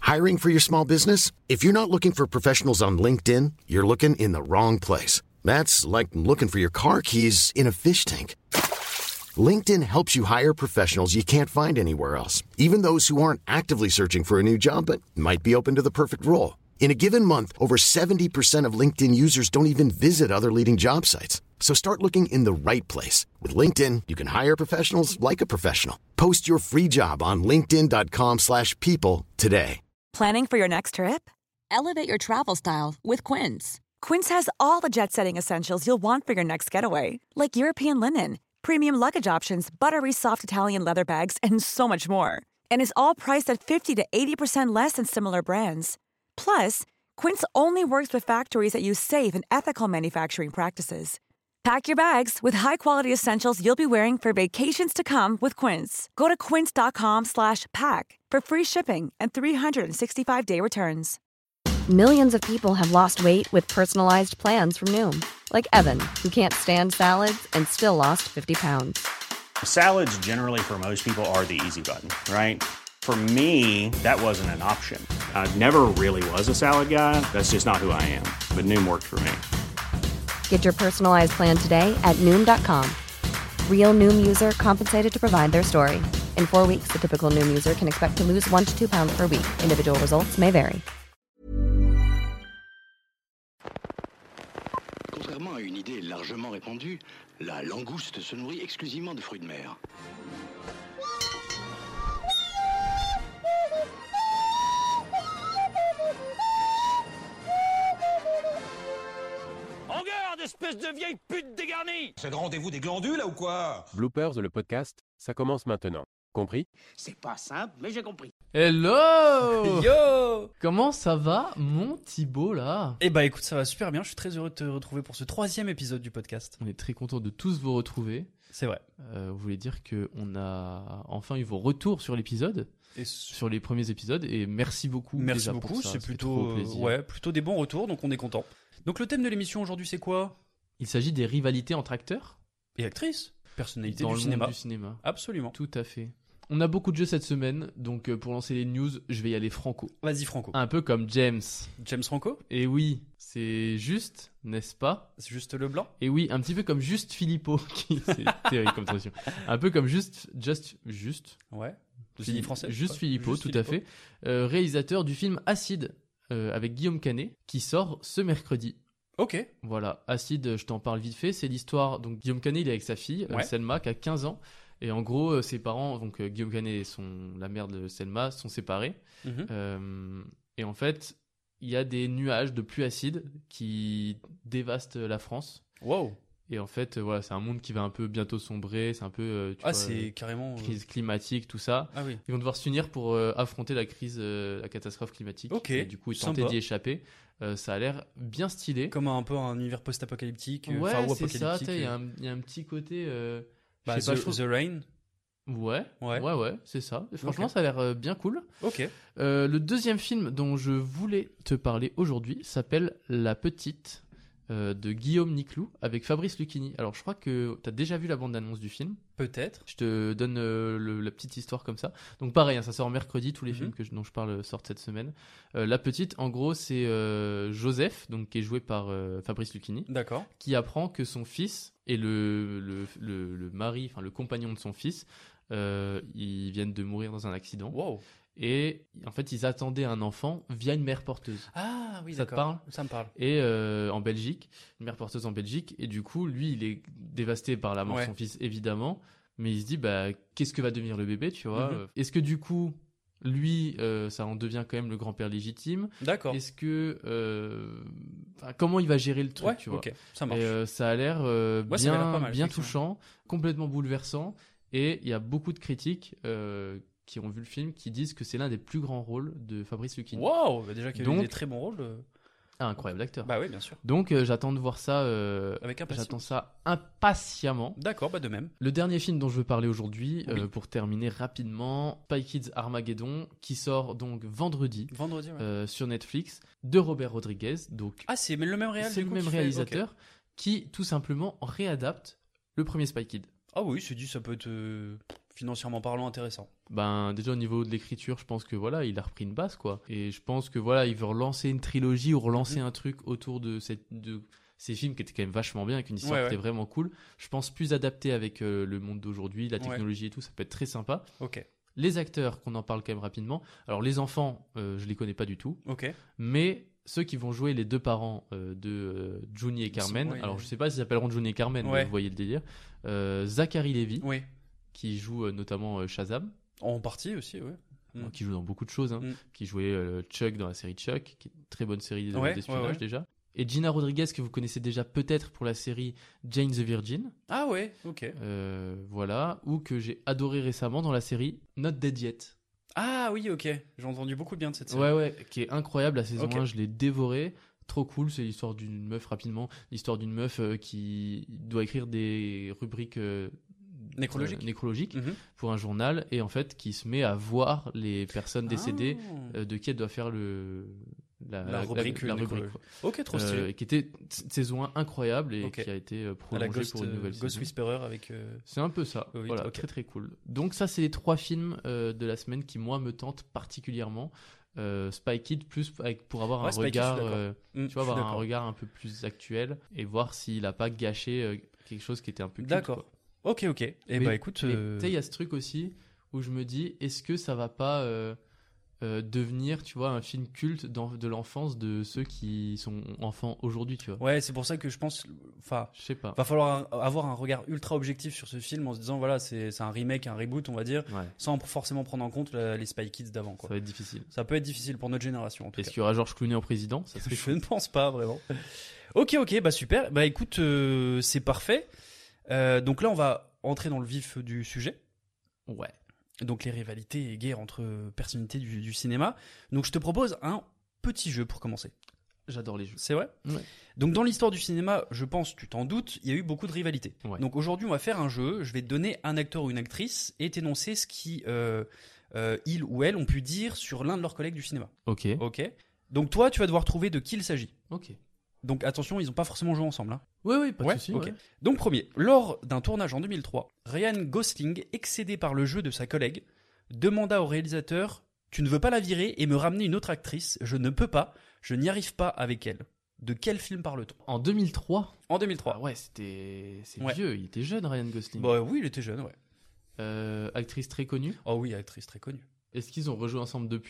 Hiring for your small business? If you're not looking for professionals on LinkedIn, you're looking in the wrong place. That's like looking for your car keys in a fish tank. LinkedIn helps you hire professionals you can't find anywhere else, even those who aren't actively searching for a new job but might be open to the perfect role. In a given month, over 70% of LinkedIn users don't even visit other leading job sites. So start looking in the right place. With LinkedIn, you can hire professionals like a professional. Post your free job on linkedin.com/people today. Planning for your next trip? Elevate your travel style with Quince. Quince has all the jet-setting essentials you'll want for your next getaway, like European linen, premium luggage options, buttery soft Italian leather bags, and so much more. And is all priced at 50 to 80% less than similar brands. Plus, Quince only works with factories that use safe and ethical manufacturing practices. Pack your bags with high-quality essentials you'll be wearing for vacations to come with Quince. Go to quince.com/pack for free shipping and 365-day returns. Millions of people have lost weight with personalized plans from Noom. Like Evan, who can't stand salads and still lost 50 pounds. Salads generally for most people are the easy button, right? For me, that wasn't an option. I never really was a salad guy. That's just not who I am. But Noom worked for me. Get your personalized plan today at Noom.com. Real Noom user compensated to provide their story. In 4 weeks, the typical Noom user can expect to lose 1 to 2 pounds per week. Individual results may vary. Contrairement à une idée largement répandue, la langouste se nourrit exclusivement de fruits de mer. En garde, espèce de vieille pute dégarnie! C'est le rendez-vous des glandules, là, ou quoi? Bloopers, le podcast, ça commence maintenant. Compris? C'est pas simple, mais j'ai compris. Hello! Yo! Comment ça va, mon Thibaut, là? Eh bah écoute, ça va super bien, je suis très heureux de te retrouver pour ce 3e épisode du podcast. On est très content de tous vous retrouver. C'est vrai. Vous voulez dire qu'on a enfin eu vos retours sur l'épisode, sur les premiers épisodes, et merci beaucoup. Merci beaucoup, pour ça. c'est plutôt, plutôt des bons retours, donc on est content. Donc le thème de l'émission aujourd'hui, c'est quoi? Il s'agit des rivalités entre acteurs et actrices, personnalités dans du le cinéma. Monde du cinéma. Absolument. Tout à fait. On a beaucoup de jeux cette semaine, donc pour lancer les news, je vais y aller franco. Vas-y franco. Un peu comme James. James Franco? Et oui, c'est juste, n'est-ce pas? C'est juste Leblanc? Et oui, un petit peu comme Juste Philippot, c'est terrible comme traduction. Un peu comme Juste. Ouais. Philippe français. Juste Philippot, tout à fait. Réalisateur du film Acide, avec Guillaume Canet, qui sort ce mercredi. Ok. Voilà, Acide, je t'en parle vite fait. C'est l'histoire. Donc Guillaume Canet, il est avec sa fille, Selma, qui a 15 ans. Et en gros, ses parents, donc Guillaume Canet et la mère de Selma, sont séparés. Et en fait, il y a des nuages de pluie acide qui dévastent la France. Wow. Et en fait, voilà, c'est un monde qui va un peu bientôt sombrer. C'est un peu c'est carrément crise climatique, tout ça. Ah oui. Ils vont devoir s'unir pour affronter la crise, la catastrophe climatique. Ok. Et du coup, tenter d'y échapper. Ça a l'air bien stylé. Comme un peu un univers post-apocalyptique. Ouais, ou c'est ça. apocalyptique. Il y a un petit côté. The Rain. Ouais, c'est ça. Et franchement, Okay. ça a l'air bien cool. Ok. Le deuxième film dont je voulais te parler aujourd'hui s'appelle La Petite, de Guillaume Niclou avec Fabrice Lucchini. Alors, je crois que tu as déjà vu la bande-annonce du film. Peut-être. Je te donne la petite histoire comme ça. Donc pareil, ça sort mercredi, tous les films dont je parle sortent cette semaine. La Petite, en gros, c'est Joseph, donc, qui est joué par Fabrice Lucchini. D'accord. Qui apprend que son fils et le mari, enfin le compagnon de son fils, ils viennent de mourir dans un accident. Wow. Et en fait, ils attendaient un enfant via une mère porteuse. Ah oui, ça d'accord. te parle? Ça me parle. Et en Belgique, une mère porteuse en Belgique. Et du coup, lui, il est dévasté par la mort de son fils, évidemment. Mais il se dit, qu'est-ce que va devenir le bébé, tu vois? Est-ce que du coup, lui, ça en devient quand même le grand-père légitime? D'accord. Est-ce que... comment il va gérer le truc, tu vois? Ok, ça marche. Et ça a l'air ça m'a l'air pas mal, bien touchant, complètement bouleversant. Et il y a beaucoup de critiques qui ont vu le film qui disent que c'est l'un des plus grands rôles de Fabrice Lucchini. Wow, déjà qu'il y a eu des très bons rôles. Incroyable acteur. Bah oui, bien sûr. Donc j'attends de voir ça. Avec impatience. J'attends ça impatiemment. D'accord, de même. Le dernier film dont je veux parler aujourd'hui, pour terminer rapidement, Spy Kids Armageddon, qui sort donc vendredi sur Netflix, de Robert Rodriguez. Donc, c'est le même réalisateur qui tout simplement réadapte le premier Spy Kid. Ah oui, c'est dit, ça peut être financièrement parlant intéressant. Ben déjà au niveau de l'écriture, je pense que voilà, il a repris une base quoi. Et je pense que voilà, il veut relancer une trilogie ou relancer un truc autour de ces films qui étaient quand même vachement bien, avec une histoire qui était vraiment cool. Je pense plus adapté avec le monde d'aujourd'hui, la technologie et tout, ça peut être très sympa. Ok. Les acteurs, qu'on en parle quand même rapidement. Alors les enfants, je les connais pas du tout. Ok. Mais ceux qui vont jouer les deux parents de Juni et Carmen. Alors je sais pas s'ils s'appelleront Juni et Carmen, mais vous voyez le délire. Zachary Levi, qui joue notamment Shazam. En partie aussi, Qui joue dans beaucoup de choses, qui jouait Chuck dans la série Chuck, qui est une très bonne série d'espionnage déjà. Et Gina Rodriguez, que vous connaissez déjà peut-être pour la série Jane the Virgin. Ah ouais, ok. Voilà, ou que j'ai adoré récemment dans la série Not Dead Yet. Ah oui, ok. J'ai entendu beaucoup de bien de cette série. Ouais, qui est incroyable. La saison 1, je l'ai dévorée. Trop cool, c'est l'histoire d'une meuf, rapidement. L'histoire d'une meuf qui doit écrire des rubriques nécrologiques pour un journal, et en fait qui se met à voir les personnes décédées de qui elle doit faire la rubrique. Ok, trop stylé. Qui était saison 1 incroyable et qui a été prolongée pour une nouvelle saison. Ghost Whisperer avec... C'est un peu ça, voilà, très très cool. Donc ça, c'est les 3 films de la semaine qui, moi, me tentent particulièrement. Spy Kid plus pour avoir un regard un regard un peu plus actuel et voir s'il a pas gâché quelque chose qui était un peu culte. D'accord. Ok. Et bah écoute, tu sais, il y a ce truc aussi où je me dis, est-ce que ça va pas devenir, tu vois, un film culte de l'enfance de ceux qui sont enfants aujourd'hui, tu vois. Ouais, c'est pour ça que je pense, je sais pas, va falloir avoir un regard ultra objectif sur ce film en se disant voilà, c'est un remake, un reboot, on va dire, sans forcément prendre en compte les Spy Kids d'avant, quoi. Ça va être difficile. Ça peut être difficile pour notre génération, en tout cas. Est-ce qu'il y aura George Clooney en président? Ça serait Je ne pense pas vraiment. Ok, bah super. Bah écoute, c'est parfait. Donc là, on va entrer dans le vif du sujet. Ouais. Donc les rivalités et guerres entre personnalités du cinéma. Donc je te propose un petit jeu pour commencer. J'adore les jeux. C'est vrai ? Ouais. Donc dans l'histoire du cinéma, je pense, tu t'en doutes, il y a eu beaucoup de rivalités. Ouais. Donc aujourd'hui, on va faire un jeu. Je vais te donner un acteur ou une actrice et t'énoncer ce qui ils ou elles ont pu dire sur l'un de leurs collègues du cinéma. Ok. Donc toi, tu vas devoir trouver de qui il s'agit. Ok. Donc attention, ils n'ont pas forcément joué ensemble. Hein. Oui, pas de souci. Okay. Donc premier, lors d'un tournage en 2003, Ryan Gosling, excédé par le jeu de sa collègue, demanda au réalisateur « Tu ne veux pas la virer et me ramener une autre actrice ? Je ne peux pas, je n'y arrive pas avec elle. » De quel film parle-t-on ? En 2003 ? En 2003. Ah ouais, c'est vieux, il était jeune, Ryan Gosling. Bah oui, il était jeune, ouais. Actrice très connue ? Oh oui, actrice très connue. Est-ce qu'ils ont rejoué ensemble depuis ?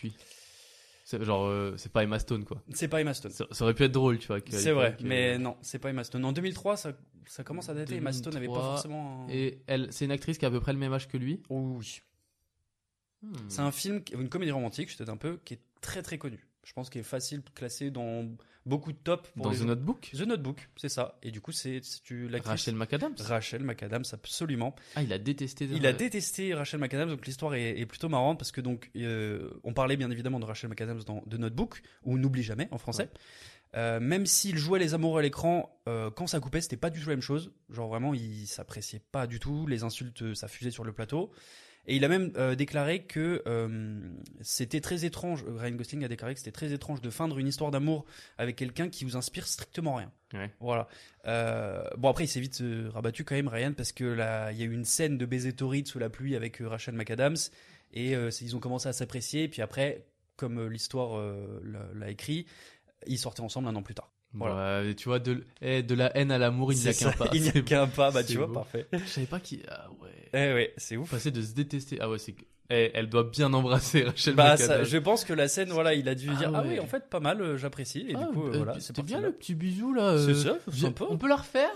C'est pas Emma Stone, quoi. C'est pas Emma Stone. Ça aurait pu être drôle, tu vois. C'est vrai, mais non, c'est pas Emma Stone. En 2003, ça commence à dater. 2003, Emma Stone n'avait pas forcément... Et c'est une actrice qui a à peu près le même âge que lui ? Oh, oui. C'est un film, une comédie romantique, je t'aide un peu, qui est très très connue. Je pense qu'il est facile de classer dans beaucoup de top. Dans The Notebook ? The Notebook, c'est ça. Et du coup, c'est l'actrice... Rachel McAdams ? Rachel McAdams, absolument. Ah, il a détesté... Il a détesté Rachel McAdams, donc l'histoire est plutôt marrante parce que donc on parlait bien évidemment de Rachel McAdams dans The Notebook, ou N'oublie jamais en français. Ouais. Même s'il jouait les amoureux à l'écran, quand ça coupait, c'était pas du tout la même chose. Genre vraiment, il s'appréciait pas du tout. Les insultes, ça fusait sur le plateau. Et il a même déclaré que c'était très étrange. Ryan Gosling a déclaré que c'était très étrange de feindre une histoire d'amour avec quelqu'un qui vous inspire strictement rien. Ouais. Voilà. Bon, après, il s'est vite rabattu quand même, Ryan, parce que là, il y a eu une scène de baiser torride sous la pluie avec Rachel McAdams, et ils ont commencé à s'apprécier. Et puis après, comme l'histoire l'a écrit, ils sortaient ensemble 1 an plus tard. Voilà. Ouais, tu vois, de la haine à l'amour, il n'y a qu'un pas. Il n'y a qu'un pas, bah tu vois, parfait. Je savais pas qui. Ah ouais. Ouais, c'est ouf. Passer de se détester. Ah ouais, c'est. Elle doit bien embrasser Rachel McAdams. Ça, je pense que la scène, voilà, il a dû dire ah oui, en fait, pas mal, j'apprécie. Et du coup, voilà. C'était bien le petit bisou là. C'est ça, sympa. On peut la refaire.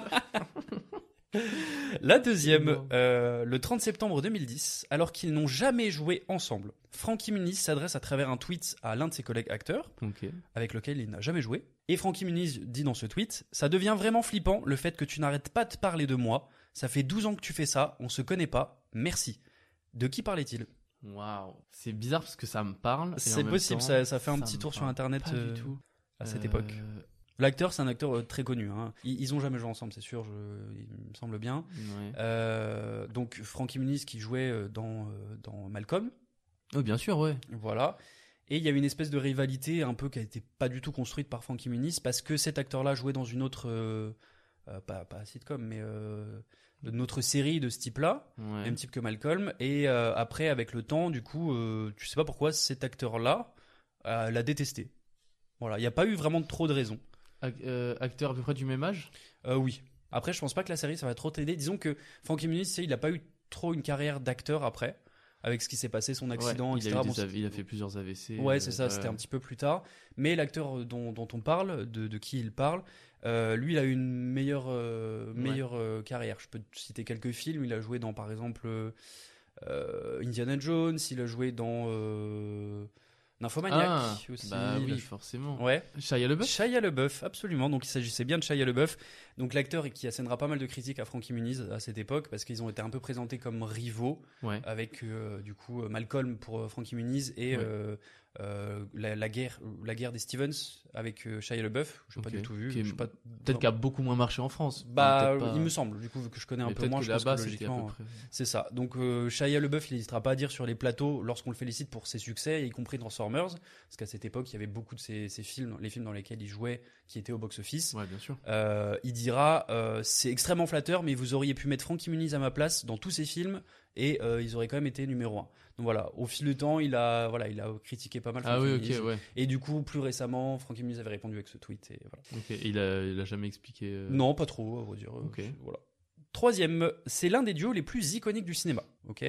La deuxième, le 30 septembre 2010, alors qu'ils n'ont jamais joué ensemble, Frankie Muniz s'adresse à travers un tweet à l'un de ses collègues acteurs, avec lequel il n'a jamais joué. Et Frankie Muniz dit dans ce tweet « Ça devient vraiment flippant le fait que tu n'arrêtes pas de parler de moi. Ça fait 12 ans que tu fais ça, on se connaît pas. Merci. » De qui parlait-il ? Waouh, c'est bizarre parce que ça me parle. C'est possible, ça fait un petit tour sur internet à cette époque. L'acteur, c'est un acteur très connu. Hein. Ils ont jamais joué ensemble, c'est sûr, il me semble bien. Ouais. Donc Frankie Muniz qui jouait dans Malcolm. Oh, bien sûr, ouais. Voilà. Et il y a une espèce de rivalité un peu qui a été pas du tout construite par Frankie Muniz parce que cet acteur-là jouait dans une autre, pas sitcom, mais autre série de ce type-là, même type que Malcolm. Et après, avec le temps, du coup, tu sais pas pourquoi cet acteur-là l'a détesté. Voilà, il n'y a pas eu vraiment trop de raisons. Acteur à peu près du même âge ? Oui. Après, je pense pas que la série, ça va trop t'aider. Disons que Frankie Muniz, il a pas eu trop une carrière d'acteur après, avec ce qui s'est passé, son accident, etc. Il a fait plusieurs AVC. Ouais, c'est ça, c'était un petit peu plus tard. Mais l'acteur dont on parle, de qui il parle, lui, il a eu une meilleure carrière. Je peux te citer quelques films. Il a joué dans, par exemple, Indiana Jones. Il a joué dans Nymphomaniac aussi. Bah oui, forcément. Ouais. Shia LaBeouf, absolument. Donc il s'agissait bien de Shia LaBeouf. Donc l'acteur qui assénera pas mal de critiques à Frankie Muniz à cette époque parce qu'ils ont été un peu présentés comme rivaux, avec du coup Malcolm pour Frankie Muniz et la guerre des Stevens avec Shia LaBeouf. Je n'ai pas du tout vu. Peut-être qu'il a beaucoup moins marché en France. Il me semble, du coup, vu que je connais un peu moins, je pense que logiquement, c'est ça. Donc Shia LaBeouf, il n'hésitera pas à dire sur les plateaux lorsqu'on le félicite pour ses succès, y compris Transformers, parce qu'à cette époque, il y avait beaucoup de ces films, les films dans lesquels il jouait, qui étaient au box-office. Ouais, bien sûr. Il dira, c'est extrêmement flatteur, mais vous auriez pu mettre Frankie Muniz à ma place dans tous ces films et ils auraient quand même été numéro 1. Donc voilà, au fil du temps, il a critiqué pas mal Frankie Muniz. Et du coup, plus récemment, Frankie Muniz avait répondu avec ce tweet. Et voilà. Et il a jamais expliqué. Non, pas trop, à vrai dire. Voilà. Troisième, c'est l'un des duos les plus iconiques du cinéma.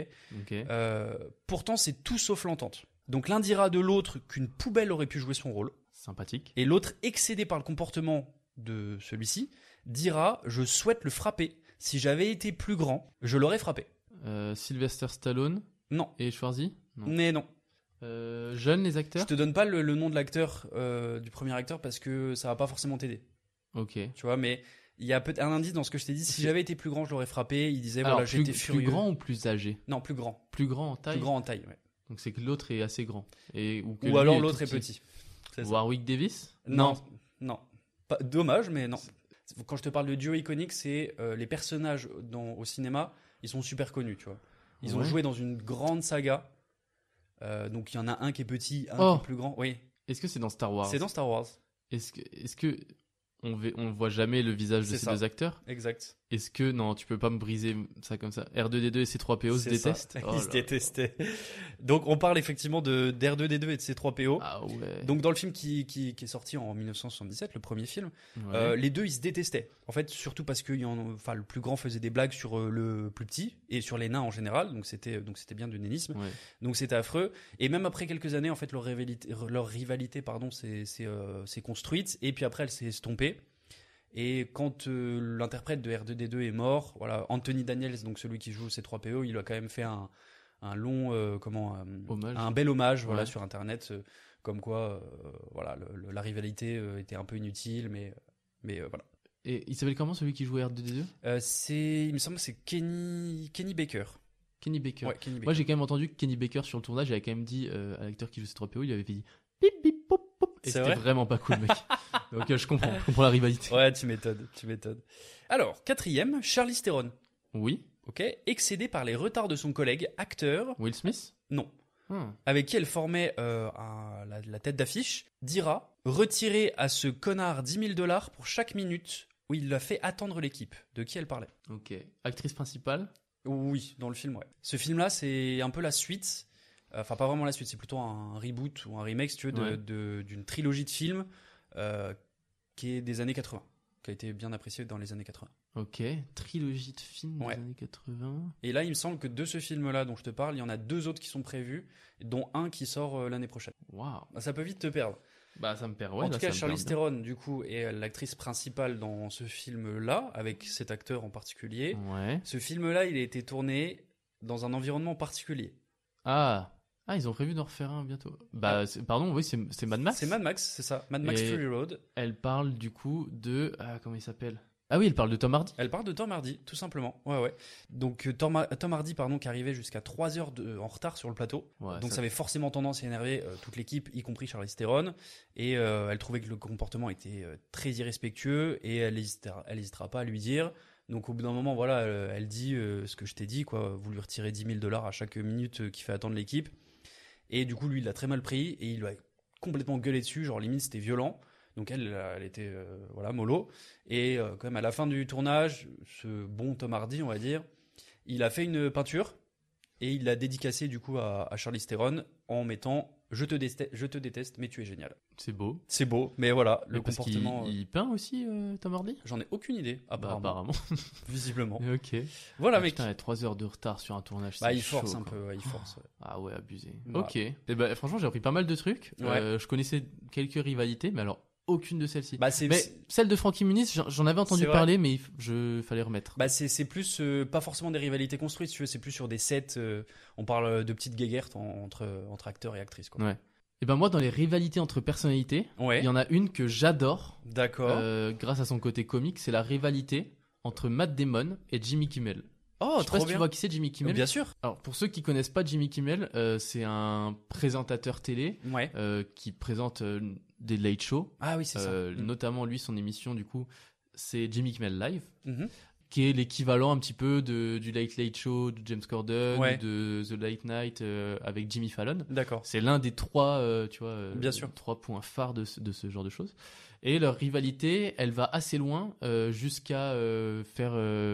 Pourtant, c'est tout sauf l'entente. Donc l'un dira de l'autre qu'une poubelle aurait pu jouer son rôle. Sympathique. Et l'autre, excédé par le comportement de celui-ci, dira « Je souhaite le frapper. Si j'avais été plus grand, je l'aurais frappé. » Sylvester Stallone. Non. Et Schwarzy. Mais non. Jeunes, les acteurs. Je te donne pas le nom de l'acteur, du premier acteur, parce que ça va pas forcément t'aider. Ok. Tu vois, mais il y a peut-être un indice dans ce que je t'ai dit. Si j'avais été plus grand, je l'aurais frappé. Il disait voilà, j'étais furieux. Plus grand ou plus âgé? Non, plus grand. Plus grand en taille. Plus grand en taille, ouais. Donc c'est que l'autre est assez grand. Ou alors l'autre est petit. Warwick Davis? Non. Pas, dommage, mais non. Quand je te parle de duo iconique, c'est les personnages au cinéma, ils sont super connus, tu vois. Ils ont joué dans une grande saga. Donc il y en a un qui est petit, un qui est plus grand. Oui. Est-ce que c'est dans Star Wars? C'est dans Star Wars. Est-ce que on voit jamais le visage de ces deux acteurs? Exact. Est-ce que non, tu peux pas me briser ça comme ça? R2D2 et C3PO se détestent? Ils se détestaient. Donc on parle effectivement de d'R2D2 et de C3PO. Ah ouais. Donc dans le film qui est sorti en 1977, le premier film, les deux ils se détestaient. En fait, surtout parce que le plus grand faisait des blagues sur le plus petit et sur les nains en général. Donc c'était bien du nénisme. Ouais. Donc c'était affreux. Et même après quelques années, en fait, leur rivalité s'est construite et puis après elle s'est estompée. Et quand l'interprète de R2D2 est mort, voilà, Anthony Daniels, donc celui qui joue C3PO, il a quand même fait un long hommage. Un bel hommage, voilà, sur internet, comme quoi la rivalité était un peu inutile, mais voilà. Et il s'appelle comment celui qui jouait R2D2? Il me semble que c'est Kenny Baker. Kenny Baker. Ouais, Kenny Baker. Moi j'ai quand même entendu que Kenny Baker sur le tournage, il avait quand même dit à l'acteur qui joue C3PO, il avait dit bip bip pop pop. Et c'était vraiment pas cool, mec. Donc je comprends la rivalité. Ouais, tu m'étonnes. Alors, quatrième, Charlize Theron. Oui. Ok, excédée par les retards de son collègue, acteur... Will Smith? Non. Avec qui elle formait la tête d'affiche, dira « Retirer à ce connard $10,000 pour chaque minute où il l'a fait attendre l'équipe. » De qui elle parlait? Ok. Actrice principale? Oui, dans le film, ouais. Ce film-là, c'est un peu la suite... Enfin, pas vraiment la suite, c'est plutôt un reboot ou un remake, si tu veux, d'une trilogie de films qui est des années 80, qui a été bien appréciée dans les années 80. Ok, trilogie de films des années 80. Et là, il me semble que de ce film-là dont je te parle, il y en a 2 autres qui sont prévus, dont un qui sort l'année prochaine. Waouh. Ça peut vite te perdre. Bah, ça me perd, En tout cas, Charlize Theron, du coup, est l'actrice principale dans ce film-là, avec cet acteur en particulier. Ouais. Ce film-là, il a été tourné dans un environnement particulier. Ah, ils ont prévu d'en refaire un bientôt. Bah, pardon, oui, c'est Mad Max. C'est Mad Max, c'est ça. Mad Max Fury Road. Elle parle du coup de... comment il s'appelle? Ah oui, elle parle de Tom Hardy. Elle parle de Tom Hardy, tout simplement. Ouais. Donc Tom Hardy, qui arrivait jusqu'à 3 heures en retard sur le plateau. Ouais, donc ça avait forcément tendance à énerver toute l'équipe, y compris Charlize Theron. Et elle trouvait que le comportement était très irrespectueux et elle hésitera pas à lui dire. Donc au bout d'un moment, voilà, elle dit ce que je t'ai dit, quoi. Vous lui retirez $10,000 à chaque minute qui fait attendre l'équipe. Et du coup, lui, il l'a très mal pris et il lui a complètement gueulé dessus, genre limite c'était violent. Donc elle était voilà mollo. Et quand même à la fin du tournage, ce bon Tom Hardy, on va dire, il a fait une peinture et il l'a dédicacée du coup à Charlize Theron en mettant je te déteste, mais tu es génial. C'est beau. C'est beau, mais voilà, le comportement. Il peint aussi, Tom Hardy ? J'en ai aucune idée, apparemment. Visiblement. Ok. Voilà, mec. Putain, il y a 3 heures de retard sur un tournage. Il force un peu, il force. Ouais. Ah ouais, abusé. Voilà. Ok. Et franchement, j'ai appris pas mal de trucs. Ouais. Je connaissais quelques rivalités, mais alors aucune de celles-ci. Mais celle de Frankie Muniz, j'en avais entendu parler, mais fallait remettre. C'est plus pas forcément des rivalités construites, tu veux, c'est plus sur des sets. On parle de petites guéguerres entre acteurs et actrices, quoi. Ouais. Et moi, dans les rivalités entre personnalités, il y en a une que j'adore. D'accord. Grâce à son côté comique, c'est la rivalité entre Matt Damon et Jimmy Kimmel. Oh, je sais pas si tu vois qui c'est Jimmy Kimmel. Bien sûr. Alors pour ceux qui connaissent pas Jimmy Kimmel, c'est un présentateur télé qui présente des late shows. Ah oui, c'est ça. Notamment lui, son émission du coup, c'est Jimmy Kimmel Live, qui est l'équivalent un petit peu du Late Late Show de James Corden, ou de The Late Night avec Jimmy Fallon. D'accord. C'est l'un des 3, bien sûr, 3 points phares de ce genre de choses. Et leur rivalité, elle va assez loin jusqu'à faire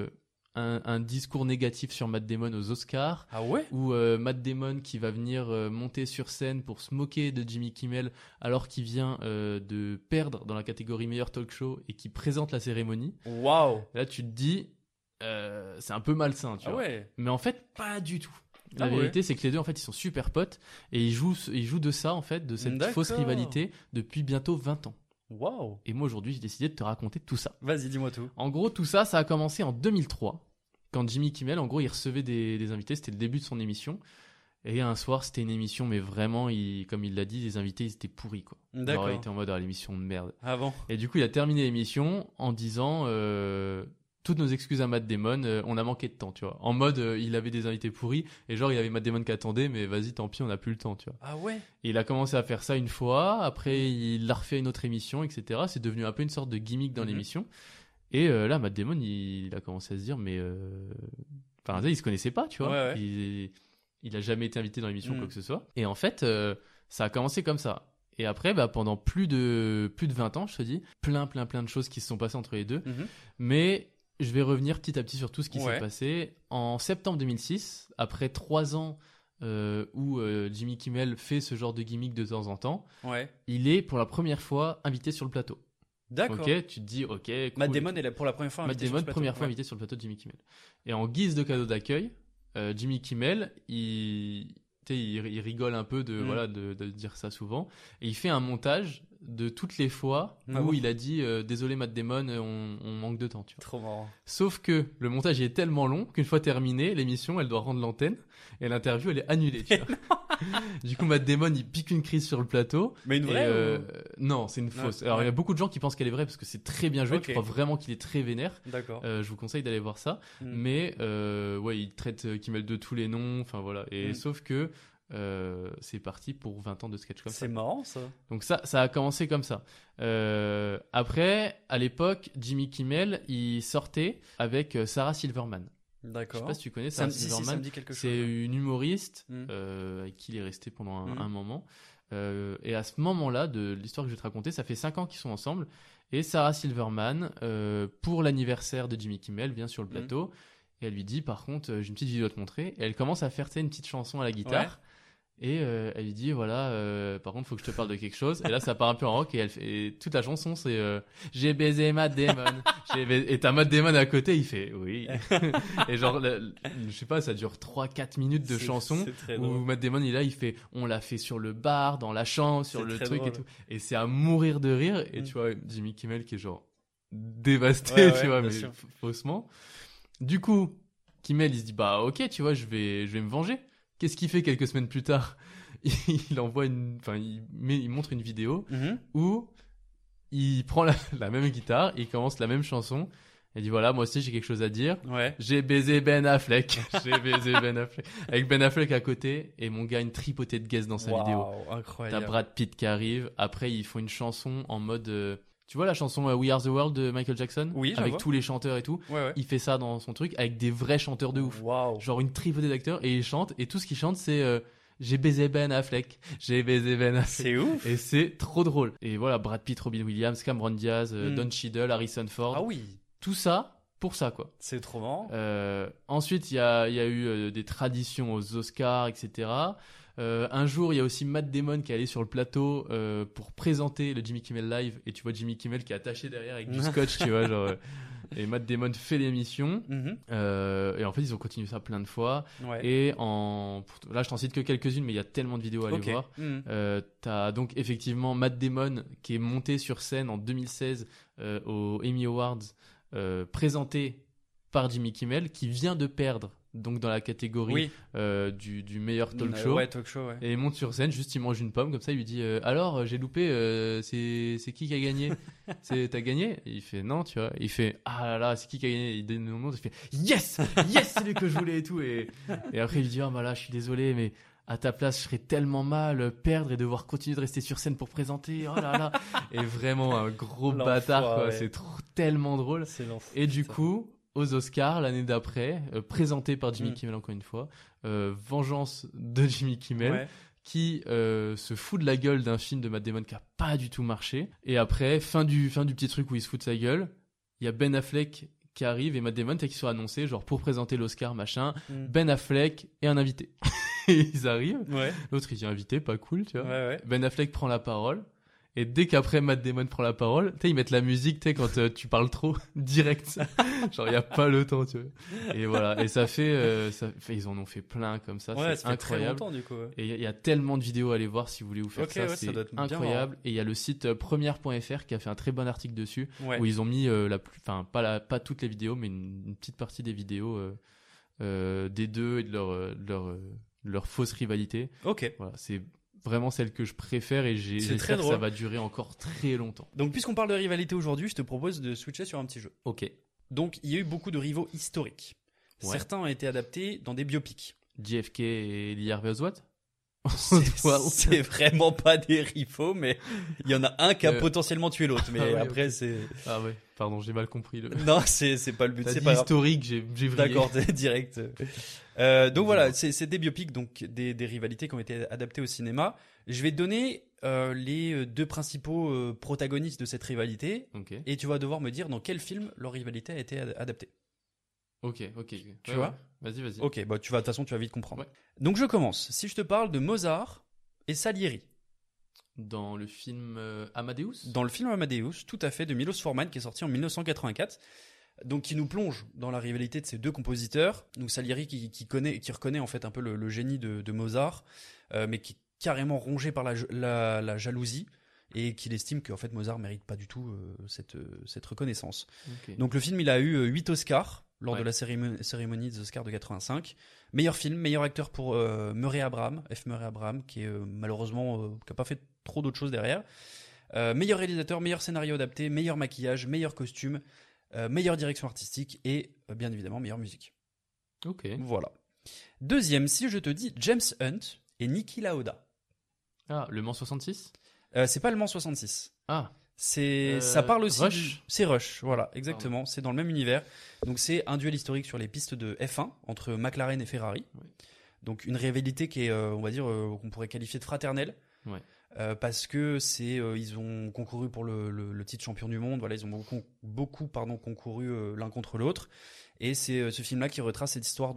un discours négatif sur Matt Damon aux Oscars. Ah ouais ? Ou Matt Damon qui va venir monter sur scène pour se moquer de Jimmy Kimmel alors qu'il vient de perdre dans la catégorie meilleur talk show et qui présente la cérémonie. Waouh ! Là tu te dis c'est un peu malsain, tu vois. Ouais. Mais en fait pas du tout. La vérité c'est que les deux en fait ils sont super potes et ils jouent de ça en fait, de cette fausse rivalité depuis bientôt 20 ans. Waouh! Et moi aujourd'hui j'ai décidé de te raconter tout ça. Vas-y, dis-moi tout. En gros tout ça a commencé en 2003 quand Jimmy Kimmel en gros il recevait des invités, c'était le début de son émission et un soir c'était une émission mais vraiment comme il l'a dit, les invités ils étaient pourris quoi. D'accord. Il était en mode l'émission de merde. Ah bon? Et du coup il a terminé l'émission en disant toutes nos excuses à Matt Damon, on a manqué de temps, tu vois. En mode, il avait des invités pourris, et genre, il y avait Matt Damon qui attendait, mais vas-y, tant pis, on n'a plus le temps, tu vois. Ah ouais? Et il a commencé à faire ça une fois, après, il l'a refait à une autre émission, etc. C'est devenu un peu une sorte de gimmick dans l'émission. Et là, Matt Damon, il a commencé à se dire, mais... Enfin, il se connaissait pas, tu vois. Ouais. Il a jamais été invité dans l'émission, quoi que ce soit. Et en fait, ça a commencé comme ça. Et après, pendant plus de 20 ans, je te dis, plein de choses qui se sont passées entre les deux. Mais... je vais revenir petit à petit sur tout ce qui s'est passé. En septembre 2006, après 3 ans où Jimmy Kimmel fait ce genre de gimmick de temps en temps, il est pour la première fois invité sur le plateau. D'accord. Ok, tu te dis, ok, cool. Matt Damon est pour la première fois invité sur le plateau. Première fois invité sur le plateau de Jimmy Kimmel. Et en guise de cadeau d'accueil, Jimmy Kimmel, il rigole un peu de dire ça souvent. Et il fait un montage de toutes les fois où il a dit désolé Matt Damon, on manque de temps, tu vois. Trop marrant. Sauf que le montage est tellement long qu'une fois terminée, l'émission elle doit rendre l'antenne et l'interview elle est annulée, tu vois. Du coup Matt Damon il pique une crise sur le plateau. Mais une vraie Non, c'est une fausse. Alors il y a beaucoup de gens qui pensent qu'elle est vraie parce que c'est très bien joué, tu crois vraiment qu'il est très vénère. D'accord. Je vous conseille d'aller voir ça. Mais il traite Kimmel de tous les noms, enfin voilà. Et sauf que c'est parti pour 20 ans de sketch comme ça. C'est marrant ça. Donc ça a commencé comme ça. Après, à l'époque, Jimmy Kimmel, il sortait avec Sarah Silverman. D'accord. Je sais pas si tu connais Sarah Silverman. Ça me dit quelque chose. C'est une humoriste avec qui il est resté pendant un moment. Et à ce moment-là de l'histoire que je vais te raconter, ça fait 5 ans qu'ils sont ensemble. Et Sarah Silverman, pour l'anniversaire de Jimmy Kimmel, vient sur le plateau. Et elle lui dit, par contre, j'ai une petite vidéo à te montrer. Et elle commence à faire une petite chanson à la guitare. Et elle lui dit, voilà, par contre, faut que je te parle de quelque chose. Et là, ça part un peu en rock. Et toute la chanson, c'est j'ai baisé Matt Damon. Et t'as Matt Damon à côté, il fait oui. Et genre, je sais pas, ça dure 3-4 minutes de chanson où Matt Damon, il est là, il fait on l'a fait sur le bar, dans la chambre, sur le truc drôle. Et tout. Et c'est à mourir de rire. Et tu vois, Jimmy Kimmel qui est genre dévasté, tu vois, mais faussement. Du coup, Kimmel, il se dit, bah ok, tu vois, je vais me venger. Qu'est-ce qu'il fait quelques semaines plus tard? Il envoie il montre une vidéo où il prend la même guitare, il commence la même chanson. Il dit voilà, moi aussi j'ai quelque chose à dire. J'ai baisé Ben Affleck. J'ai baisé Ben Affleck. Avec Ben Affleck à côté et mon gars une tripotée de guests dans sa vidéo. Incroyable. T'as Brad Pitt qui arrive. Après, ils font une chanson en mode... tu vois la chanson We Are the World de Michael Jackson? Oui, avec tous les chanteurs et tout. Il fait ça dans son truc avec des vrais chanteurs de ouf. Genre une tripotée d'acteurs et il chante. Et tout ce qu'il chante, c'est j'ai baisé Ben Affleck. C'est ouf. Et c'est trop drôle. Et voilà, Brad Pitt, Robin Williams, Cameron Diaz, Don Cheadle, Harrison Ford. Ah oui. Tout ça pour ça, quoi. C'est trop marrant. Ensuite, il y a eu des traditions aux Oscars, etc. Un jour, il y a aussi Matt Damon qui est allé sur le plateau pour présenter le Jimmy Kimmel Live. Et tu vois Jimmy Kimmel qui est attaché derrière avec du scotch, tu vois, genre... Et Matt Damon fait l'émission. Et en fait, ils ont continué ça plein de fois. Ouais. Et là, je t'en cite que quelques-unes, mais il y a tellement de vidéos à aller voir. T'as donc effectivement Matt Damon qui est monté sur scène en 2016 aux Emmy Awards, présenté par Jimmy Kimmel, qui vient de perdre. Donc dans la catégorie du meilleur talk show. Talk show, ouais. Et il monte sur scène, juste il mange une pomme, comme ça il lui dit alors j'ai loupé, c'est qui a gagné? T'as gagné? Et il fait non, tu vois. Il fait ah là là, c'est qui a gagné? Il donne le nom, il fait yes, c'est lui que je voulais et tout. Et après il lui dit oh bah là je suis désolé, mais à ta place, je serais tellement mal perdre et devoir continuer de rester sur scène pour présenter. Oh là là. Et vraiment un gros bâtard, quoi. Ouais. C'est tellement drôle. C'est et du coup, aux Oscars l'année d'après, présenté par Jimmy Kimmel encore une fois, vengeance de Jimmy Kimmel, qui se fout de la gueule d'un film de Matt Damon qui a pas du tout marché. Et après, fin du petit truc où il se fout de sa gueule, il y a Ben Affleck qui arrive et Matt Damon, qui sont annoncés genre pour présenter l'Oscar machin, Ben Affleck et un invité. Et ils arrivent, l'autre il dit invité, pas cool, tu vois. Ben Affleck prend la parole. Et dès qu'après Matt Damon prend la parole, tu sais, ils mettent la musique, tu sais, quand tu parles trop, direct. Genre, il n'y a pas le temps, tu vois. Et voilà. Et ça fait, ils en ont fait plein comme ça. Ouais, c'est incroyable. Fait très longtemps, du coup. Ouais. Et il y a tellement de vidéos à aller voir si vous voulez vous faire ça. C'est incroyable. Et il y a le site première.fr qui a fait un très bon article dessus, où ils ont mis pas toutes les vidéos, mais une petite partie des vidéos, des deux et de leur fausse rivalité. Ok. Voilà. C'est vraiment celle que je préfère et j'espère que ça va durer encore très longtemps. Donc puisqu'on parle de rivalité aujourd'hui, je te propose de switcher sur un petit jeu. Ok. Donc il y a eu beaucoup de rivaux historiques. Certains ont été adaptés dans des biopics. JFK et Lee Harvey Oswald. C'est vraiment pas des rivaux, mais il y en a un qui a potentiellement tué l'autre. Mais après c'est... Ah ouais, pardon, j'ai mal compris. Non, c'est pas le but. C'est pas historique, j'ai vrillé. D'accord, direct. Donc voilà, c'est des biopics, donc des rivalités qui ont été adaptées au cinéma. Je vais te donner les deux principaux protagonistes de cette rivalité, et tu vas devoir me dire dans quel film leur rivalité a été adaptée. Ok. Tu vois ? Vas-y. Ok, bah de toute façon tu vas vite comprendre. Ouais. Donc je commence. Si je te parle de Mozart et Salieri. Dans le film Amadeus ? Dans le film Amadeus, tout à fait, de Milos Forman, qui est sorti en 1984. Donc qui nous plonge dans la rivalité de ces deux compositeurs. Donc Salieri qui reconnaît en fait un peu le génie de Mozart, mais qui est carrément rongé par la jalousie, et qu'il estime qu'en fait Mozart mérite pas du tout cette reconnaissance. Donc le film il a eu 8 Oscars lors de la cérémonie des Oscars de 85. Meilleur film, meilleur acteur pour Murray Abraham, qui est malheureusement qui a pas fait trop d'autres choses derrière. Meilleur réalisateur, meilleur scénario adapté, meilleur maquillage, meilleur costume, meilleure direction artistique et bien évidemment meilleure musique. Ok. Voilà. Deuxième, si je te dis James Hunt et Niki Lauda. Ah, Le Mans 66 ? C'est pas Le Mans 66. Ah. Ça parle aussi. Rush. C'est Rush, voilà, exactement. Pardon. C'est dans le même univers. Donc c'est un duel historique sur les pistes de F1 entre McLaren et Ferrari. Oui. Donc une rivalité qui est, on va dire, qu'on pourrait qualifier de fraternelle. Ouais. Parce que ils ont concouru pour le titre champion du monde. Voilà, ils ont beaucoup concouru l'un contre l'autre. Et c'est ce film-là qui retrace cette histoire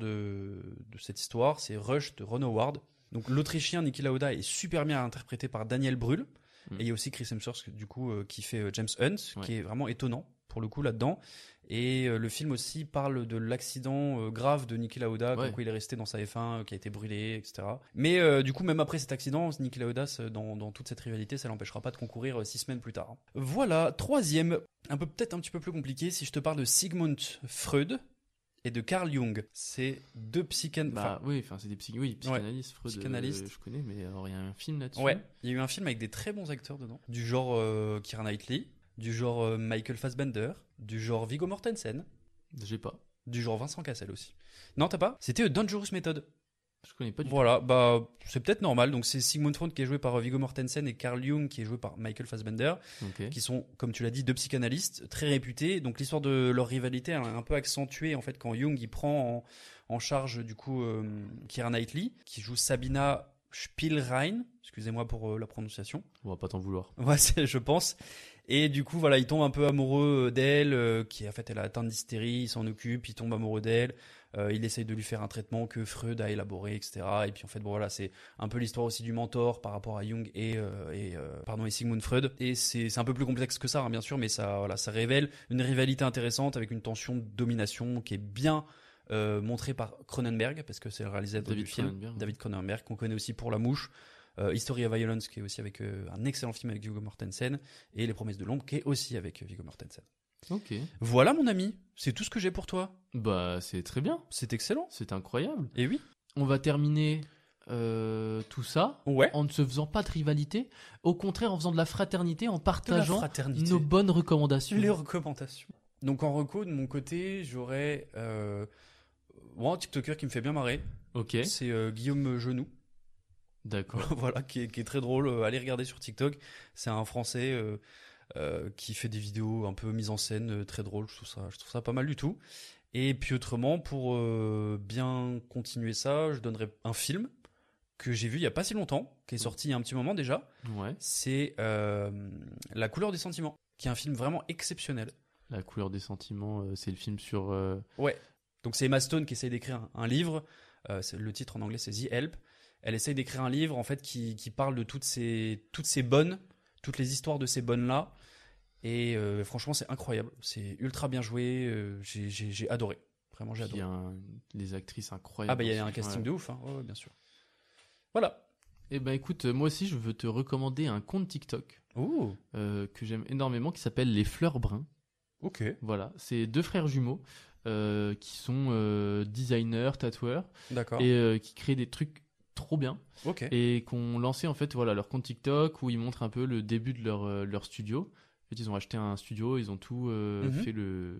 cette histoire. C'est Rush de Ron Howard. Donc l'Autrichien Niki Lauda est super bien interprété par Daniel Brühl. Et il y a aussi Chris Hemsworth du coup qui fait James Hunt, qui est vraiment étonnant pour le coup là-dedans. Et le film aussi parle de l'accident grave de Niki Lauda, comme quoi il est resté dans sa F1, qui a été brûlé, etc. Mais du coup, même après cet accident, Niki Lauda, dans toute cette rivalité, ça l'empêchera pas de concourir 6 semaines plus tard. Voilà, troisième, peut-être un petit peu plus compliqué, si je te parle de Sigmund Freud et de Carl Jung. C'est deux psychanalystes. C'est des psychanalystes. Freud, psychanalystes. Je connais, mais alors il y a un film là-dessus. Ouais, il y a eu un film avec des très bons acteurs dedans, du genre Keira Knightley, du genre Michael Fassbender, du genre Viggo Mortensen. J'ai pas. Du genre Vincent Cassel aussi. Non, t'as pas ? C'était Dangerous Method. Je connais pas du tout. Voilà, bah c'est peut-être normal. Donc c'est Sigmund Freud qui est joué par Viggo Mortensen et Carl Jung qui est joué par Michael Fassbender, qui sont, comme tu l'as dit, deux psychanalystes très réputés. Donc l'histoire de leur rivalité est un peu accentuée en fait quand Jung il prend en charge du coup Keira Knightley qui joue Sabina Spielrein, excusez-moi pour la prononciation. On va pas t'en vouloir. Ouais, je pense. Et du coup, voilà, il tombe un peu amoureux d'elle, qui en fait, elle a atteint d'hystérie, il s'en occupe, il tombe amoureux d'elle, il essaye de lui faire un traitement que Freud a élaboré, etc. Et puis en fait, bon voilà, c'est un peu l'histoire aussi du mentor par rapport à Jung et Sigmund Freud. Et c'est un peu plus complexe que ça, hein, bien sûr, mais ça révèle une rivalité intéressante avec une tension de domination qui est bien montrée par Cronenberg, parce que c'est le réalisateur du film, David Cronenberg, qu'on connaît aussi pour La Mouche. History of Violence, qui est aussi avec un excellent film avec Viggo Mortensen, et Les Promesses de l'Ombre, qui est aussi avec Viggo Mortensen. Ok. Voilà mon ami, c'est tout ce que j'ai pour toi. Bah c'est très bien. C'est excellent. C'est incroyable. Et oui. On va terminer tout ça en ne se faisant pas de rivalité, au contraire en faisant de la fraternité, en partageant nos bonnes recommandations. Les recommandations. Donc en reco, de mon côté, j'aurais un TikToker qui me fait bien marrer. Ok. C'est Guillaume Genoux. D'accord. Voilà, qui est très drôle. Allez regarder sur TikTok. C'est un Français qui fait des vidéos un peu mises en scène, très drôles. Je trouve ça pas mal du tout. Et puis autrement, pour bien continuer ça, je donnerais un film que j'ai vu il y a pas si longtemps, qui est sorti il y a un petit moment déjà. Ouais. C'est La couleur des sentiments, qui est un film vraiment exceptionnel. La couleur des sentiments, c'est le film sur... Ouais. Donc c'est Emma Stone qui essaye d'écrire un livre. Le titre en anglais, c'est The Help. Elle essaye d'écrire un livre en fait qui parle de toutes ces bonnes, toutes les histoires de ces bonnes-là. Et franchement, c'est incroyable. C'est ultra bien joué. J'ai adoré. Vraiment, j'ai adoré. Il y a des actrices incroyables. Ah bah il y a un casting de ouf. Hein. Ouais, bien sûr. Voilà. Eh ben écoute, moi aussi, je veux te recommander un compte TikTok que j'aime énormément, qui s'appelle Les Fleurs Bruns. Ok. Voilà, c'est 2 frères jumeaux qui sont designers, tatoueurs. D'accord. Et qui créent des trucs trop bien. Ok. Et qu'on lancé en fait leur compte TikTok où ils montrent un peu le début de leur studio. En fait, ils ont acheté un studio, ils ont tout fait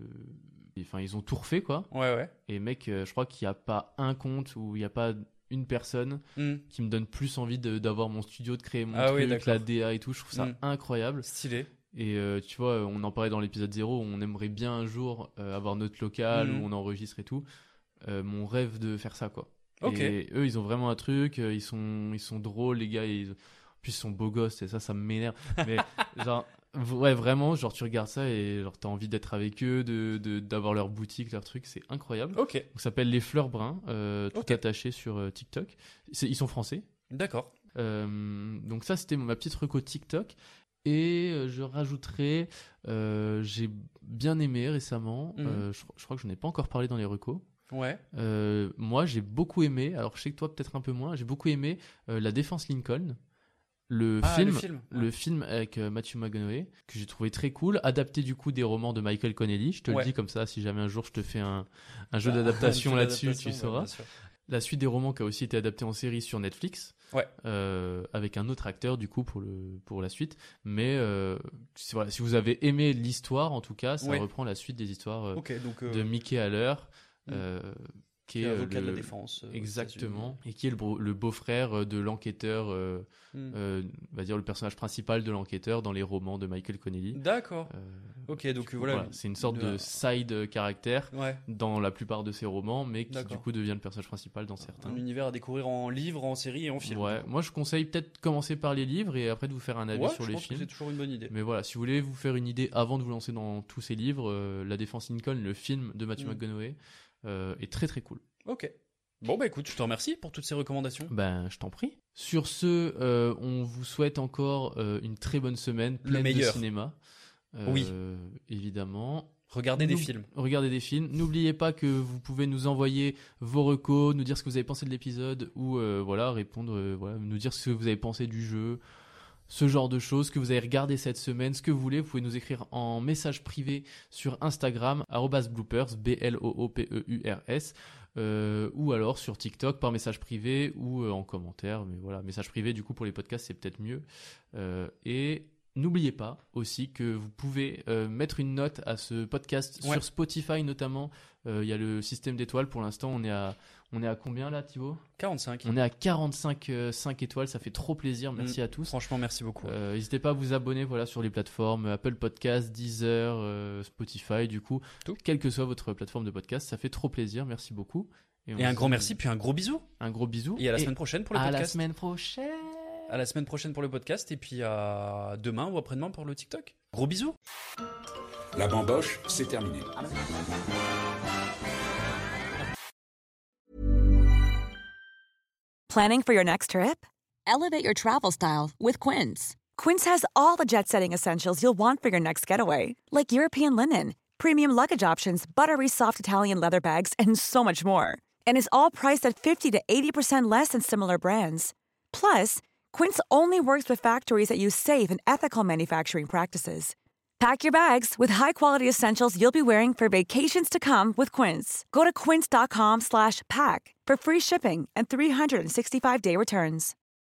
ils ont tout refait quoi. Ouais. Et mec, je crois qu'il n'y a pas un compte où il n'y a pas une personne qui me donne plus envie d'avoir mon studio, de créer mon truc, la DA et tout. Je trouve ça incroyable. Stylé. Et tu vois, on en parlait dans l'épisode 0, on aimerait bien un jour avoir notre local où on enregistre et tout. Mon rêve de faire ça quoi. Okay. Et eux, ils ont vraiment un truc, ils sont drôles, les gars, en plus ils sont beaux gosses, et ça me m'énerve. Mais genre, ouais, vraiment, genre tu regardes ça et genre t'as envie d'être avec eux, d'avoir leur boutique, leur truc, c'est incroyable. Ok. Donc, ça s'appelle Les Fleurs Bruns, tout attaché sur TikTok. Ils sont français. D'accord. Donc ça, c'était ma petite reco TikTok. Et je rajouterais, j'ai bien aimé récemment, je crois que je n'en ai pas encore parlé dans les recos. Ouais. Moi, j'ai beaucoup aimé, alors je sais que toi peut-être un peu moins, j'ai beaucoup aimé La Défense Lincoln, le film avec Matthew McConaughey, que j'ai trouvé très cool, adapté du coup des romans de Michael Connelly. Je te le dis comme ça, si jamais un jour je te fais un jeu d'adaptation là-dessus, tu sauras. La suite des romans qui a aussi été adapté en série sur Netflix. Ouais. Avec un autre acteur du coup pour la suite. Mais si vous avez aimé l'histoire, en tout cas, ça reprend la suite des histoires de Mickey Haller. Qui est avocat de la défense. Exactement. Et qui est le beau-frère de l'enquêteur, va dire le personnage principal de l'enquêteur dans les romans de Michael Connelly. D'accord. Ok, donc voilà. C'est une sorte de side caractère dans la plupart de ses romans, mais qui du coup devient le personnage principal dans certains. Un univers à découvrir en livre, en série et en film. Ouais, moi je conseille peut-être de commencer par les livres et après de vous faire un avis sur les films. Je pense que c'est toujours une bonne idée. Mais voilà, si vous voulez vous faire une idée avant de vous lancer dans tous ces livres, La Défense Lincoln, le film de Matthew McConaughey, est très très cool. Ok. Bon bah écoute, je te remercie pour toutes ces recommandations. Ben je t'en prie. Sur ce, on vous souhaite encore une très bonne semaine pleine de cinéma. Oui. Évidemment. Regardez des films. Regardez des films. N'oubliez pas que vous pouvez nous envoyer vos recos, nous dire ce que vous avez pensé de l'épisode ou répondre, nous dire ce que vous avez pensé du jeu. Ce genre de choses, que vous avez regardé cette semaine, ce que vous voulez, vous pouvez nous écrire en message privé sur Instagram, @bloopers, BLOOPEURS, ou alors sur TikTok par message privé ou en commentaire. Mais voilà, message privé, du coup, pour les podcasts, c'est peut-être mieux. Et n'oubliez pas aussi que vous pouvez mettre une note à ce podcast sur Spotify notamment. Il y a le système d'étoiles. Pour l'instant, on est à combien là, Thibaut ? 45. On est à 45 5 étoiles, ça fait trop plaisir. Merci à tous. Franchement, merci beaucoup. N'hésitez pas à vous abonner sur les plateformes Apple Podcasts, Deezer, Spotify, du coup. Quelle que soit votre plateforme de podcast, ça fait trop plaisir. Merci beaucoup. Et un grand merci, puis un gros bisou. Un gros bisou. Et à la semaine prochaine pour le podcast. À la semaine prochaine. À la semaine prochaine pour le podcast, et puis à demain ou après-demain pour le TikTok. Gros bisous. La bamboche, c'est terminé. Planning for your next trip? Elevate your travel style with Quince. Quince has all the jet-setting essentials you'll want for your next getaway, like European linen, premium luggage options, buttery soft Italian leather bags, and so much more. And is all priced at 50 to 80% less than similar brands. Plus, Quince only works with factories that use safe and ethical manufacturing practices. Pack your bags with high-quality essentials you'll be wearing for vacations to come with Quince. Go to quince.com/pack for free shipping and 365-day returns.